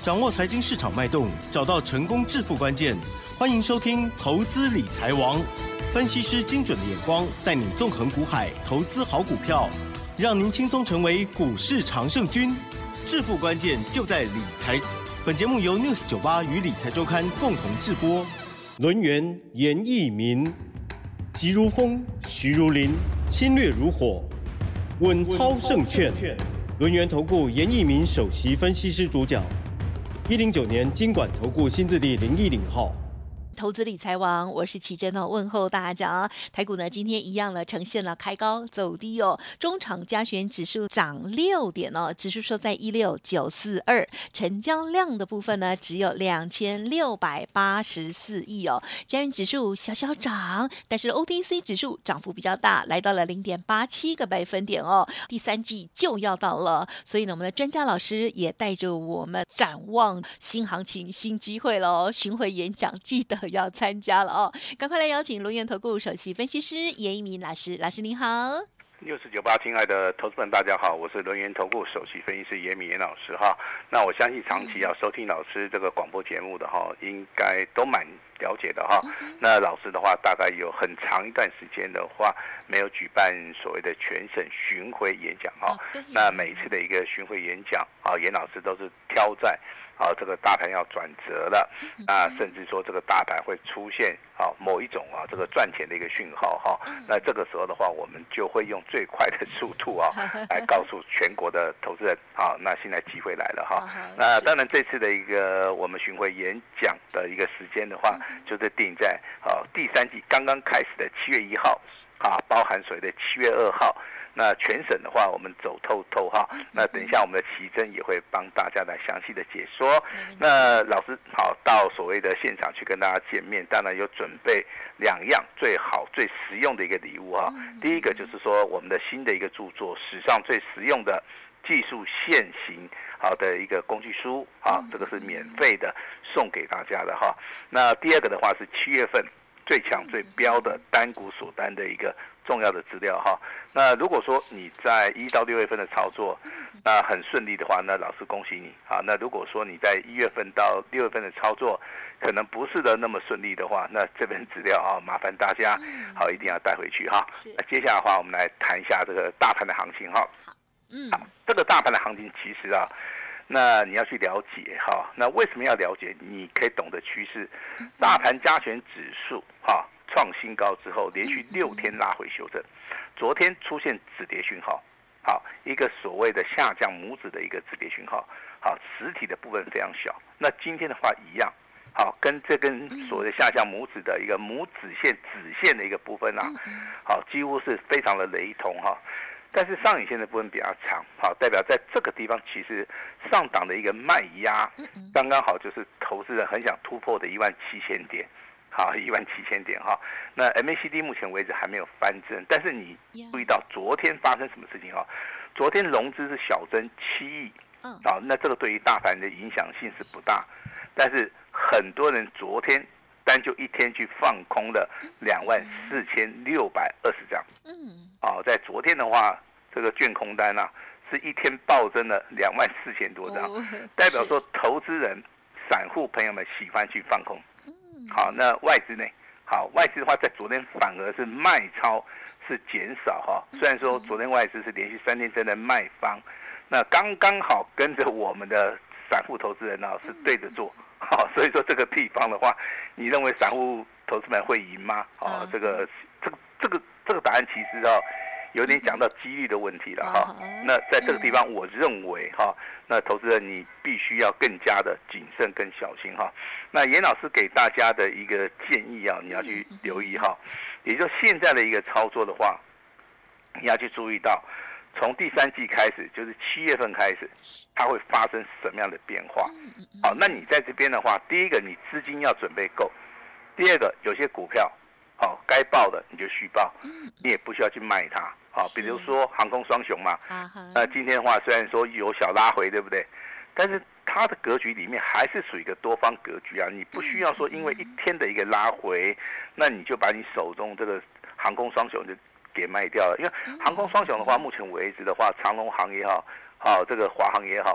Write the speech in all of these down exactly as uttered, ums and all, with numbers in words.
掌握财经市场脉动，找到成功致富关键。欢迎收听《投资理财王》，分析师精准的眼光，带你纵横股海，投资好股票，让您轻松成为股市常胜军。致富关键就在理财。本节目由 News 九十八与理财周刊共同制播。轮源严义民，急如风，徐如林，侵略如火，稳操胜券。轮源投顾严义民首席分析师主讲。一零九年金管投顾新字第零一零号。 投资理财王，我是奇珍哦，问候大家。台股呢今天一样了，呈现了开高走低哦，中场加权指数涨六点哦，指数收在一六九四二，成交量的部分呢只有两千六百八十四亿哦，加权指数小小涨，但是 O T C 指数涨幅比较大，来到了零点八七个百分点哦，第三季就要到了，所以呢我们的专家老师也带着我们展望新行情、新机会喽，巡回演讲记得要参加了哦，赶快来邀请轮源投顾首席分析师严一鸣老师，老师您好。 六四九八，亲爱的投资们，大家好，我是轮源投顾首席分析师严敏严老师哈。那我相信长期要收听老师这个广播节目的哈，应该都蛮了解的哈。那老师的话，大概有很长一段时间的话，没有举办所谓的全省巡回演讲哈。那每一次的一个巡回演讲啊，严老师都是挑在啊，这个大盘要转折了，啊，甚至说这个大盘会出现啊某一种啊这个赚钱的一个讯号哈，那这个时候的话，我们就会用最快的速度啊来告诉全国的投资人啊，那现在机会来了哈。那当然这次的一个我们巡回演讲的一个时间的话，就是定在啊第三季刚刚开始的七月一号啊，包含所谓的七月二号。那全省的话，我们走透透哈。那等一下我们的奇珍也会帮大家来详细的解说。那老师好到所谓的现场去跟大家见面，当然有准备两样最好最实用的一个礼物哈。第一个就是说我们的新的一个著作，史上最实用的技术现行好的一个工具书啊，这个是免费的送给大家的哈。那第二个的话是七月份最强最标的单股锁单的一个重要的资料哈。那如果说你在一到六月份的操作，那很顺利的话，那老师恭喜你啊。那如果说你在一月份到六月份的操作可能不是的那么顺利的话，那这份资料啊，麻烦大家好一定要带回去哈。那接下来的话，我们来谈一下这个大盘的行情哈。嗯，这个大盘的行情其实啊，那你要去了解哈。那为什么要了解？你可以懂得趋势。大盘加权指数哈创新高之后，连续六天拉回修正，昨天出现止跌讯号，好一个所谓的下降拇指的一个止跌讯号，好实体的部分非常小。那今天的话一样，好跟这根所谓的下降拇指的一个拇指线指线的一个部分啊，好几乎是非常的雷同哈。但是上影线的部分比较长，好，代表在这个地方其实上档的一个卖压，刚刚好就是投资人很想突破的一万七千点，好，一万七千点哈。那 M A C D 目前为止还没有翻正，但是你注意到昨天发生什么事情哈？昨天融资是小增七亿，好，那这个对于大盘的影响性是不大，但是很多人昨天单就一天去放空了两万四千六百二十张，嗯，哦，在昨天的话，这个券空单啊，是一天暴增了两万四千多张，代表说投资人、散户朋友们喜欢去放空。好，那外资呢？好，外资的话，在昨天反而是卖超是减少哈。虽然说昨天外资是连续三天真的卖方，那刚刚好跟着我们的散户投资人呢、啊、是对着做。好，所以说这个地方的话，你认为散户投资们会赢吗？哦，这个这个这个这个答案其实啊，有点讲到几率的问题了哈。那在这个地方，我认为哈，那投资人你必须要更加的谨慎跟小心哈。那严老师给大家的一个建议啊，你要去留意哈，也就是现在的一个操作的话，你要去注意到。从第三季开始，就是七月份开始，它会发生什么样的变化？好，那你在这边的话，第一个你资金要准备够，第二个有些股票，好该报的你就续报，你也不需要去卖它。好，比如说航空双雄嘛，呃，今天的话虽然说有小拉回，对不对？但是它的格局里面还是属于一个多方格局啊，你不需要说因为一天的一个拉回，那你就把你手中这个航空双雄就给卖掉了。因为航空双雄的话，目前为止的话，长荣航也好，好、哦、这个华航也好，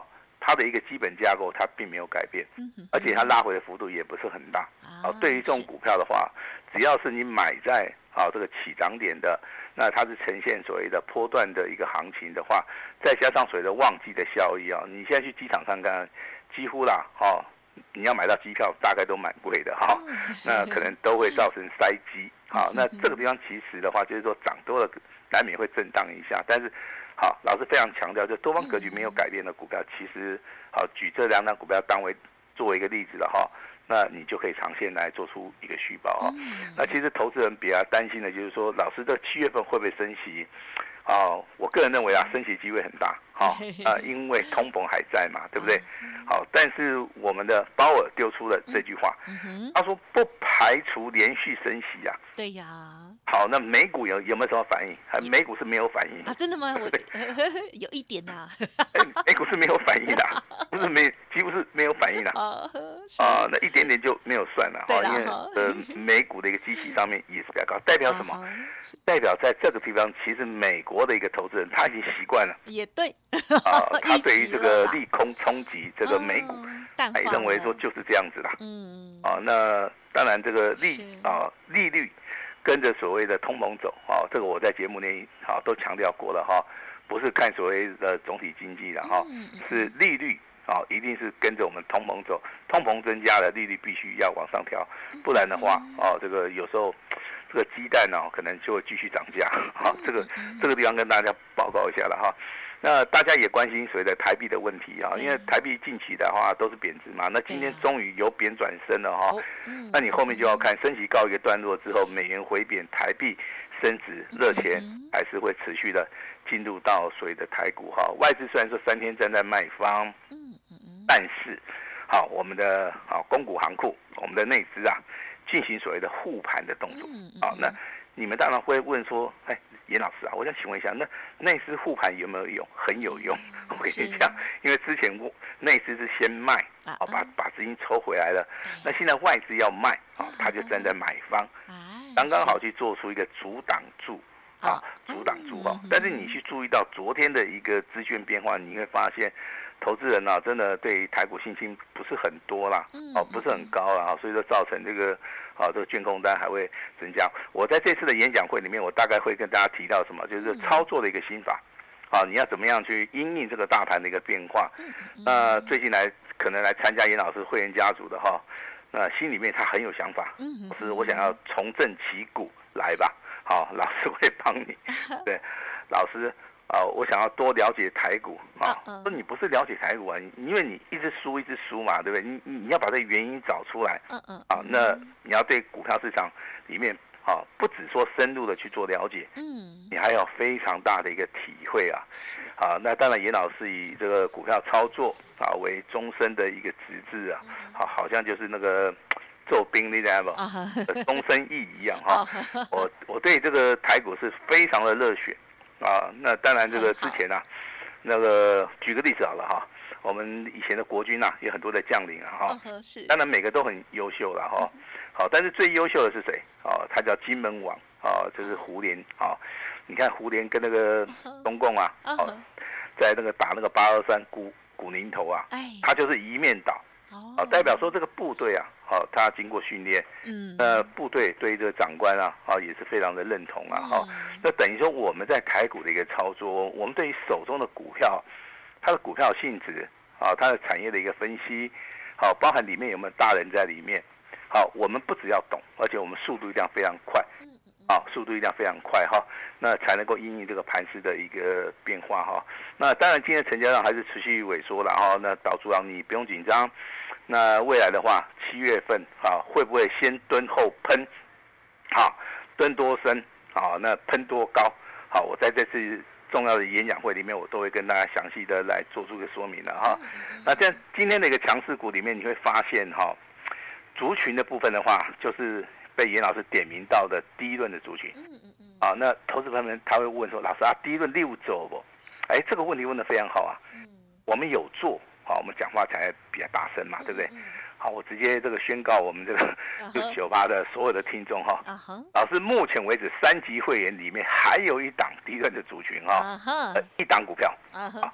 它的一个基本架构它并没有改变，而且它拉回的幅度也不是很大。好，对于这种股票的话，只要是你买在好这个起涨点的，那它是呈现所谓的波段的一个行情的话，再加上所谓的旺季的效益啊，你现在去机场看看，几乎啦，哦，你要买到机票大概都蛮贵的哈，那可能都会造成塞机。好，那这个地方其实的话，就是说涨多了难免会震荡一下，但是好，老师非常强调，就多方格局没有改变的股票，其实好举这两档股票当为作为一个例子的哈。那你就可以长线来做出一个续报哈。嗯、那其实投资人比较担心的就是说，老师这七月份会不会升息？啊，我个人认为啊，升息机会很大，好、哦、啊，因为通膨还在嘛，对不对？好，但是我们的鲍尔丢出了这句话，嗯、他说不排除连续升息啊。 对呀。 好，那美股有有没有什么反应？美股是没有反应啊，真的吗？我有一点呐、 啊。美股是没有反应的、啊，不是没，几乎是没有反应的。啊，啊那一点点就没有算了，哈，因为呃美股的一个基期上面也是比较高，代表什么？代表在这个地方，其实美国的一个投资人他已经习惯了。 也对。 啊，他对于这个利空冲击这个美股，他也认为说就是这样子啦。嗯。啊，那当然这个利啊利率。跟着所谓的通膨走啊，这个我在节目内啊都强调过了哈，不是看所谓的总体经济的哈，是利率啊一定是跟着我们通膨走，通膨增加了，利率必须要往上调，不然的话啊，这个有时候这个鸡蛋呢、啊、可能就会继续涨价啊，这个这个地方跟大家报告一下了哈。那大家也关心所谓的台币的问题啊，因为台币近期的话都是贬值嘛，那今天终于由贬转升了哈，那你后面就要看升息告一个段落之后，美元回贬，台币升值，热钱还是会持续的进入到所谓的台股哈。外资虽然说三天站在卖方，但是好，我们的好公股行库，我们的内资啊，进行所谓的护盘的动作啊，那你们当然会问说，哎。严老师啊，我想请问一下，那内资护盘有没有用？很有用。我跟你讲，因为之前内资是先卖，啊，把把资金抽回来了。那现在外资要卖，啊，他就站在买方，刚刚好去做出一个阻挡住，啊，阻挡住哦。但是你去注意到昨天的一个资讯变化，你会发现，投资人啊，真的对台股信心不是很多啦，哦，不是很高啦，所以说造成这个。好，这个券空单还会增加。我在这次的演讲会里面，我大概会跟大家提到什么，就是操作的一个心法。啊，你要怎么样去因应这个大盘的一个变化？那、呃、最近来可能来参加严老师会员家族的哈，那、呃、心里面他很有想法，是我想要重振旗鼓，来吧。好，老师会帮你。对，老师。啊、呃，我想要多了解台股啊。说你不是了解台股啊，因为你一直输一直输嘛，对不对？你你要把这原因找出来。嗯嗯。啊，那你要对股票市场里面啊，不只说深入的去做了解，嗯，你还有非常大的一个体会啊。啊，那当然，严老师以这个股票操作啊为终身的一个职志啊，好，好像就是那个。做兵，你知道不？终身义一样哈。我我对这个台股是非常的热血。啊，那当然，这个之前啊，那个举个例子好了哈，我们以前的国军啊，有很多的将领啊哈，当然每个都很优秀了哈，好，但是最优秀的是谁？哦，他叫金门王啊，就是胡琏啊。你看胡琏跟那个中共啊，哦，在那个打那个八二三古古宁头啊，他就是一面倒。哦，代表说这个部队啊，好、哦，他经过训练，嗯，呃，部队对这个长官啊，啊、哦，也是非常的认同啊，哈、哦，那等于说我们在台股的一个操作，我们对于手中的股票，它的股票性质啊、哦，它的产业的一个分析，好、哦，包含里面有没有大人在里面，好、哦，我们不只要懂，而且我们速度一定要非常快，啊、哦，速度一定要非常快哈、哦，那才能够因应这个盘势的一个变化哈、哦。那当然，今天成交量还是持续萎缩了哈、哦，那导主让你不用紧张。那未来的话，七月份啊，会不会先蹲后喷？好，蹲多深？好，那喷多高？好，我在这次重要的演讲会里面，我都会跟大家详细的来做出个说明了哈。那在今天的一个强势股里面，你会发现哈，族群的部分的话，就是被严老师点名到的第一轮的族群。啊，那投资朋友们他会问说，老师啊，第一轮六走不？哎，这个问题问得非常好啊。我们有做。好，我们讲话才比较大声嘛，对不对？好，我直接这个宣告我们这个六九八的所有的听众哈，老师目前为止三级会员里面还有一档低润的族群哈，呃，一档股票啊，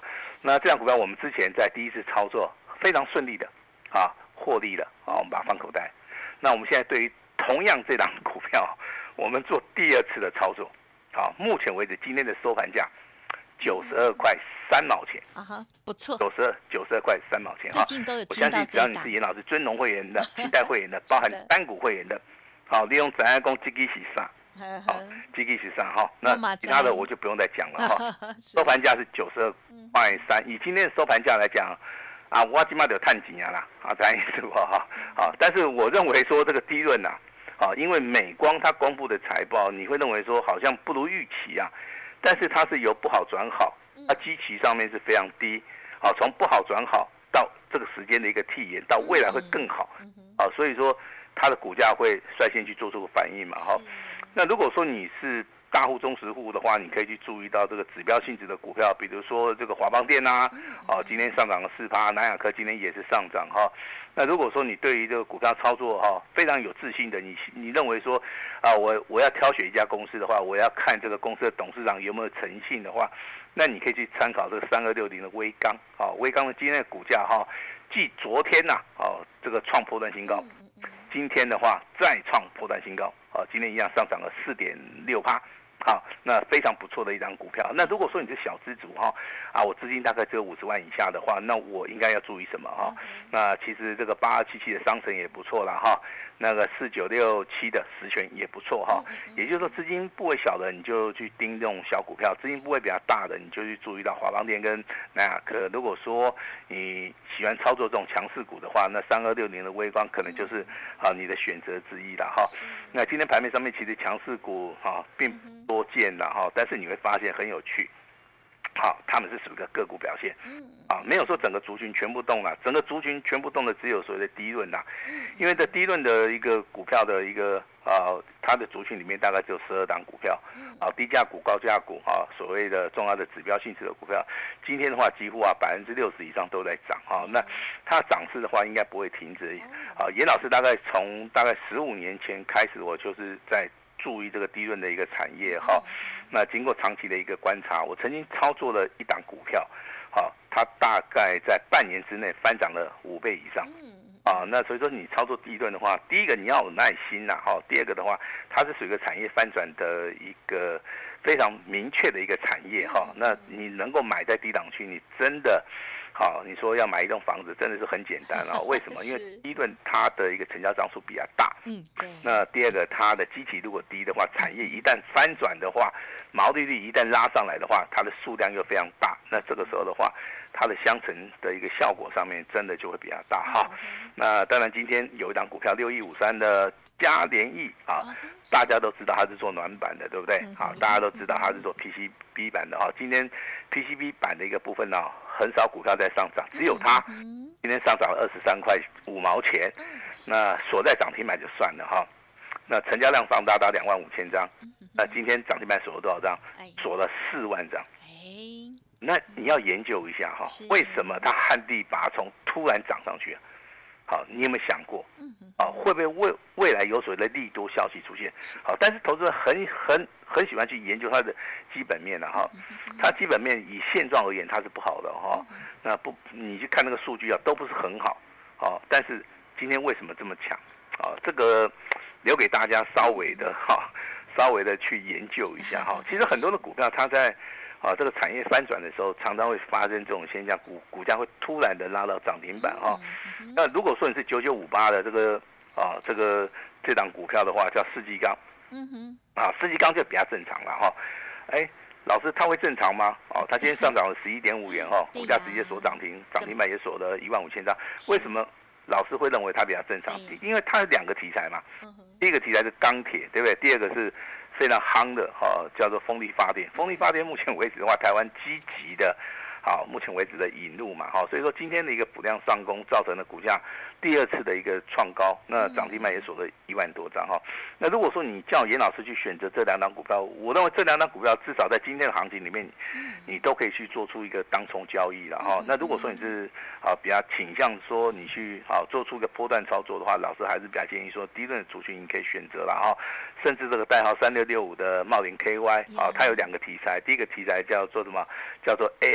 那这档股票我们之前在第一次操作非常顺利的啊，获利了啊，我们把它放口袋。那我们现在对于同样这档股票，我们做第二次的操作。好，目前为止今天的收盘价九十二块三毛钱啊哈，不错， 九十二九十二块三毛钱哈。 最近都有我听到这一档。 相信只要你是严老师尊荣会员的、清代会员的，包含单股会员的，好，利用展爱公积极洗上，好，积极洗上哈。那其他的我就不用再讲了哈。收盘价是九十二块三，以今天的收盘价来讲。啊，我起码得探几年啦，啊，这样意思吧哈，啊，但是我认为说这个低润呐，啊，因为美光它公布的财报，你会认为说好像不如预期啊，但是它是由不好转好，它基期上面是非常低，啊，从不好转好到这个时间的一个递延，到未来会更好，啊，所以说它的股价会率先去做出个反应嘛，哈，那如果说你是大户、中实户的话，你可以去注意到这个指标性质的股票，比如说这个华邦电啊，哦，今天上涨了四趴，南亚科今天也是上涨哈。那如果说你对于这个股票操作哈非常有自信的，你你认为说啊，我我要挑选一家公司的话，我要看这个公司的董事长有没有诚信的话，那你可以去参考这个三二六零的威刚啊，威刚的今天的股价哈，继昨天呐哦这个创波段新高，今天的话再创波段新高，啊，今天一样上涨了四点六趴。好，那非常不错的一张股票。那如果说你是小资族哈，啊，我资金大概只有五十万以下的话，那我应该要注意什么哈？那其实这个八二七七的商城也不错啦哈，那个四九六七的实权也不错哈。也就是说，资金部位小的你就去盯这种小股票，资金部位比较大的你就去注意到华邦电跟南亚科。如果说你喜欢操作这种强势股的话，那三二六零的微光可能就是啊你的选择之一了哈。那今天盘面上面其实强势股啊并多见了哈，但是你会发现很有趣，好，他们是属于一个个股表现，啊，没有说整个族群全部动了，整个族群全部动的只有所谓的低润呐，因为这低润的一个股票的一个啊，它的族群里面大概只有十二档股票，啊，低价股、高价股啊，所谓的重要的指标性质的股票，今天的话几乎啊百分之六十以上都在涨啊，那它涨势的话应该不会停止，啊，严老师大概从大概十五年前开始，我就是在注意这个低润的一个产业哈，那经过长期的一个观察，我曾经操作了一档股票，好，它大概在半年之内翻涨了五倍以上，啊，那所以说你操作低润的话，第一个你要有耐心呐，哈，第二个的话，它是属于一个产业翻转的一个非常明确的一个产业哈，那你能够买在低档区，你真的。好，你说要买一栋房子真的是很简单啊？为什么？因为第一轮它的一个成交张数比较大，嗯，对。那第二个，它的基期如果低的话，产业一旦翻转的话，毛利率一旦拉上来的话，它的数量又非常大，那这个时候的话，它的相乘的一个效果上面真的就会比较大哈。那当然，今天有一档股票六一五三的嘉联益啊，大家都知道它是做暖板的，对不对？好，大家都知道它是做 P C B 板的哈。今天 P C B 板的一个部分呢，很少股票在上涨，只有它今天上涨了二十三块五毛钱，那锁在涨停板就算了哈。那成交量放大到两万五千张，那今天涨停板锁了多少张？锁了四万张。那你要研究一下哈，为什么它旱地拔葱突然涨上去啊？好，你有没有想过？啊，会不会未未来有所谓的利多消息出现？好，但是投资人很很很喜欢去研究它的基本面的哈，它基本面以现状而言它是不好的哈。那不，你去看那个数据啊，都不是很好。好，但是今天为什么这么强？啊，这个留给大家稍微的哈，稍微的去研究一下哈。其实很多的股票它在。啊，这个产业翻转的时候，常常会发生这种现象，股股价会突然的拉到涨停板哈。那如果说你是九九五八的这个啊，这个这档股票的话，叫世纪钢，嗯哼，啊，世纪钢就比较正常了哈。哎，老师，它会正常吗？哦，它今天上涨了十一点五元哈，股价直接锁涨停，涨停板也锁了一万五千张。为什么老师会认为它比较正常？因为它有两个题材嘛，第一个题材是钢铁，对不对？第二个是。非常夯的哈、哦，叫做风力发电。风力发电目前为止的话，台湾积极的，好，目前为止的引入嘛，哈，所以说今天的一个补量上攻，造成了股价第二次的一个创高，那涨停板也锁了一万多张哈。那如果说你叫严老师去选择这两档股票，我认为这两档股票至少在今天的行情里面，你都可以去做出一个当冲交易了哈。那如果说你是啊比较倾向说你去啊做出一个波段操作的话，老师还是比较建议说低润的族群你可以选择了哈。甚至这个代号三六六五的茂林 K Y 啊，它有两个题材，第一个题材叫做什么？叫做 A I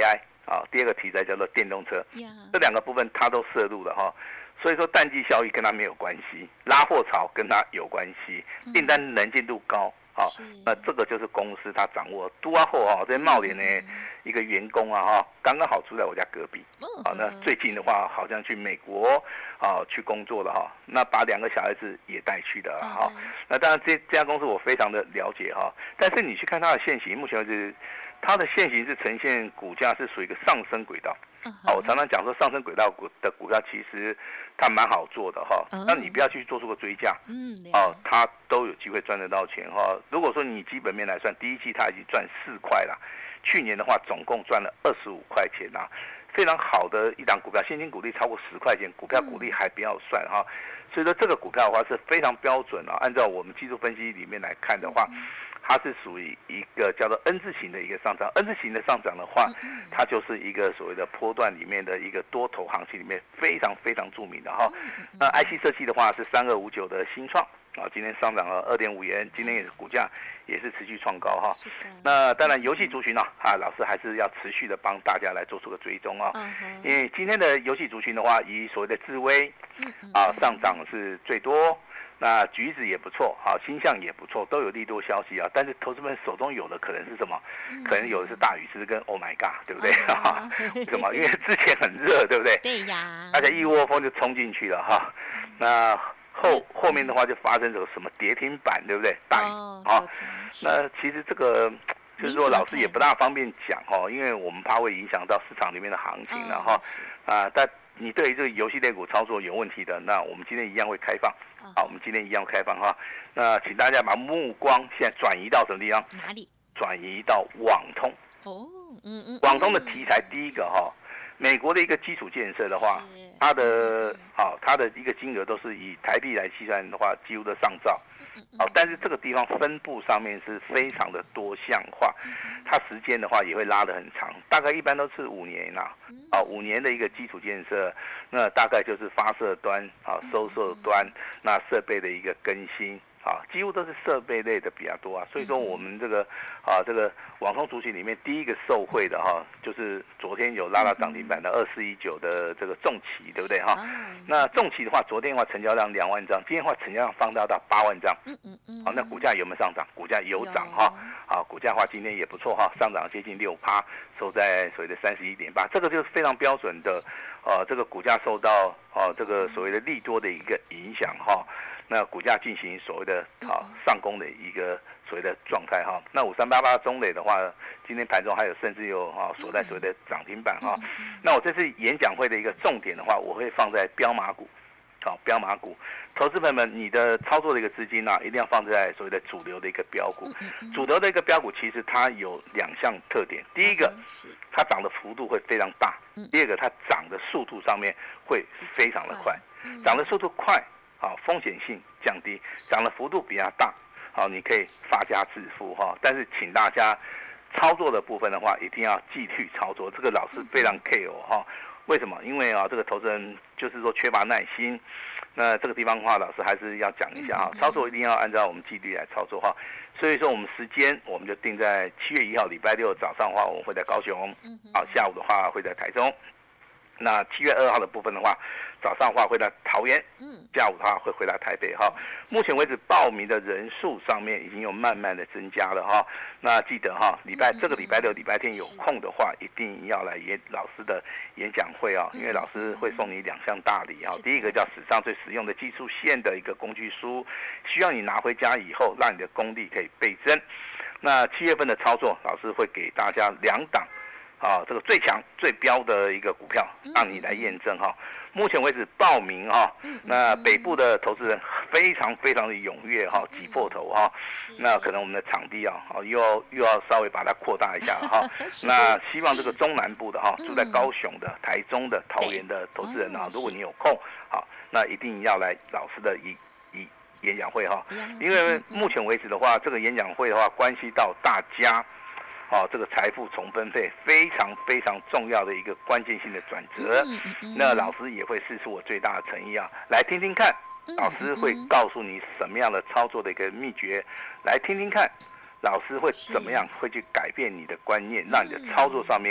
啊，第二个题材叫做电动车， Yeah. 这两个部分它都涉入了哈。所以说淡季效益跟它没有关系，拉货潮跟它有关系，订单能见度高。好、哦，那这个就是公司它掌握。都啊后哈，这些茂联呢、嗯、一个员工啊哈，刚刚好住在我家隔壁。好、哦，那最近的话好像去美国啊去工作了哈，那把两个小孩子也带去的哈、哦。那当然这这家公司我非常的了解哈，但是你去看它的现形，目前为止它的现形是呈现股价是属于一个上升轨道。好、哦，我常常讲说上升轨道股的股票其实它蛮好做的哈，那你不要去做出个追价，嗯，哦，它都有机会赚得到钱哈。如果说你基本面来算，第一季它已经赚四块了，去年的话总共赚了二十五块钱啊，非常好的一档股票，现金股利超过十块钱，股票股利还不要算哈。所以说这个股票的话是非常标准啊，按照我们技术分析里面来看的话。它是属于一个叫做 N 字形的一个上涨 ，N 字形的上涨的话，它就是一个所谓的波段里面的一个多头行情里面非常非常著名的哈。那 I C 设计的话是三二五九的新创啊，今天上涨了二点五元，今天也是股价也是持续创高哈。那当然游戏族群呢啊，老师还是要持续的帮大家来做出个追踪啊，因为今天的游戏族群的话，以所谓的智威啊上涨是最多。那橘子也不错，好，星象也不错，都有利多消息啊。但是投资们手中有的可能是什么？可能有的是大禹之跟 Oh my God， 对不对？哦、为什么？因为之前很热，对不对？ 对呀。 大家一窝蜂就冲进去了哈。那后后面的话就发生这个什么跌停板，对不对？大禹啊、哦。那其实这个就是说老师也不大方便讲哦，因为我们怕会影响到市场里面的行情了哈。啊，但你对于这个游戏类股操作有问题的，那我们今天一样会开放。好，我们今天一样开放哈。那请大家把目光现在转移到什么地方？ 哪里？ 转移到网通。 哦，嗯嗯。网通的题材第一个哈，美国的一个基础建设的话，它的好、哦，它的一个金额都是以台币来计算的话，几乎都上兆。好，但是这个地方分布上面是非常的多项化，它时间的话也会拉得很长，大概一般都是五年呐、啊，啊五年的一个基础建设，那大概就是发射端啊、收摄端，那设备的一个更新。啊，几乎都是设备类的比较多啊，所以说我们这个啊这个网通族群里面第一个受惠的哈、啊，就是昨天有拉到涨停板的二四一九的这个重骑，对不对哈、啊？那重骑的话，昨天的话成交量两万张，今天的话成交量放大到八万张，嗯嗯嗯，好，那股价有没有上涨？股价有涨哈，好，股价的话今天也不错哈，上涨接近六趴，收在所谓的三十一点八，这个就是非常标准的，呃，这个股价受到哦、呃、这个所谓的利多的一个影响哈。那股价进行所谓的啊上攻的一个所谓的状态哈，那五三八八中磊的话，今天盘中还有甚至有啊锁在所谓的涨停板哈。那我这次演讲会的一个重点的话，我会放在标码股，好标码股，投资朋友们，你的操作的一个资金啊，一定要放在所谓的主流的一个标股。主流的一个标股其实它有两项特点，第一个它涨的幅度会非常大，第二个它涨的速度上面会非常的快，涨的速度快。好，风险性降低，涨的幅度比较大，好，你可以发家致富哈。但是请大家操作的部分的话，一定要纪律操作。这个老师非常 care 哈，为什么？因为啊，这个投资人就是说缺乏耐心。那这个地方的话，老师还是要讲一下哈，操作一定要按照我们纪律来操作哈。所以说我们时间我们就定在七月一号礼拜六早上的话，我们会在高雄，好，下午的话会在台中。那七月二号的部分的话，早上的话会在桃园，下午的话会回来台北哈。目前为止报名的人数上面已经有慢慢的增加了哈。那记得哈，礼拜这个礼拜六、礼拜天有空的话，一定要来演老师的演讲会啊，因为老师会送你两项大礼啊。第一个叫史上最实用的技术线的一个工具书，需要你拿回家以后，让你的功力可以倍增。那七月份的操作，老师会给大家两档。啊，这个最强最标的一个股票，让你来验证哈。目前为止报名哈，那北部的投资人非常非常的踊跃哈，挤破头哈。那可能我们的场地啊，又要又要稍微把它扩大一下哈。那希望这个中南部的哈，住在高雄的、台中的、桃园的投资人啊，如果你有空，好，那一定要来老师的一一演讲会哈。因为目前为止的话，这个演讲会的话，关系到大家。哦，这个财富重分配非常非常重要的一个关键性的转折，那老师也会释出我最大的诚意啊，来听听看，老师会告诉你什么样的操作的一个秘诀，来听听看，老师会怎么样会去改变你的观念，让你的操作上面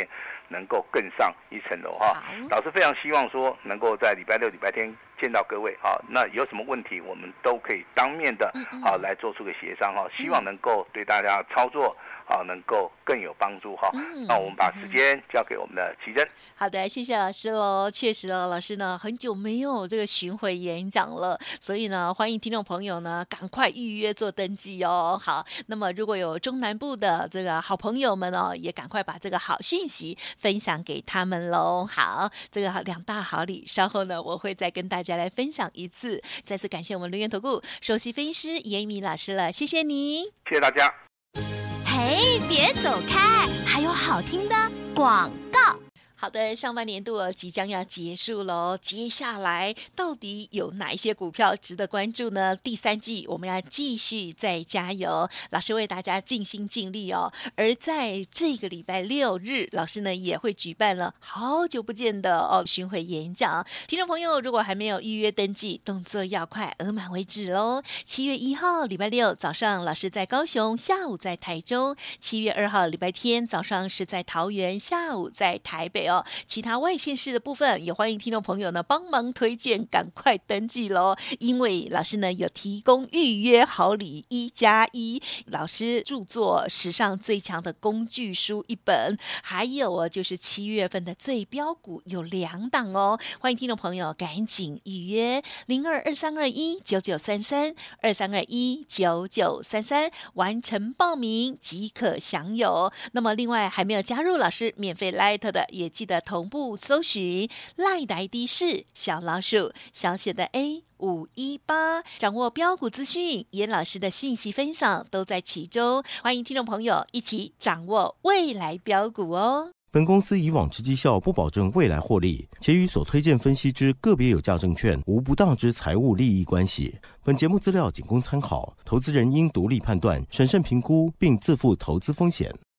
能够更上一层楼哈。老师非常希望说能够在礼拜六、礼拜天见到各位啊，那有什么问题我们都可以当面的啊来做出个协商哈，希望能够对大家操作啊能够更有帮助哈。那我们把时间交给我们的奇珍。 好的，谢谢老师喽。确实哦，老师呢很久没有这个巡回演讲了，所以呢欢迎听众朋友呢赶快预约做登记哦。好，那么如果有中南部的这个好朋友们哦，也赶快把这个好讯息分享给他们喽。好，这个两大好礼，稍后呢我会再跟大家来分享一次。再次感谢我们轮源投顾首席分析师严明老师了，谢谢你， 谢谢大家。 嘿，别走开，还有好听的广告。 好的，上半年度即将要结束喽，接下来到底有哪一些股票值得关注呢？第三季我们要继续再加油，老师为大家尽心尽力哦。而在这个礼拜六日，老师呢也会举办了好久不见的哦巡回演讲，听众朋友如果还没有预约登记，动作要快，额满为止喽。七月一号礼拜六早上，老师在高雄，下午在台中；七月二号礼拜天早上是在桃园，下午在台北。其他外县市的部分也欢迎听众朋友呢帮忙推荐，赶快登记咯，因为老师呢有提供预约好礼一加一，老师著作史上最强的工具书一本，还有哦就是七月份的最标股有两档哦，欢迎听众朋友赶紧预约零二二三二一九九三三二三二一九九三三完成报名即可享有。那么另外还没有加入老师免费 Light 的，也记得同步搜寻 Line 的 I D 是小老鼠小写的 A 五一八，掌握标股资讯，严老师的讯息分享都在其中，欢迎听众朋友一起掌握未来标股哦。 本公司以往之绩效不保证未来获利，且与所推荐分析之个别有价证券无不当之财务利益关系。本节目资料仅供参考，投资人应独立判断、审慎评估，并自负投资风险。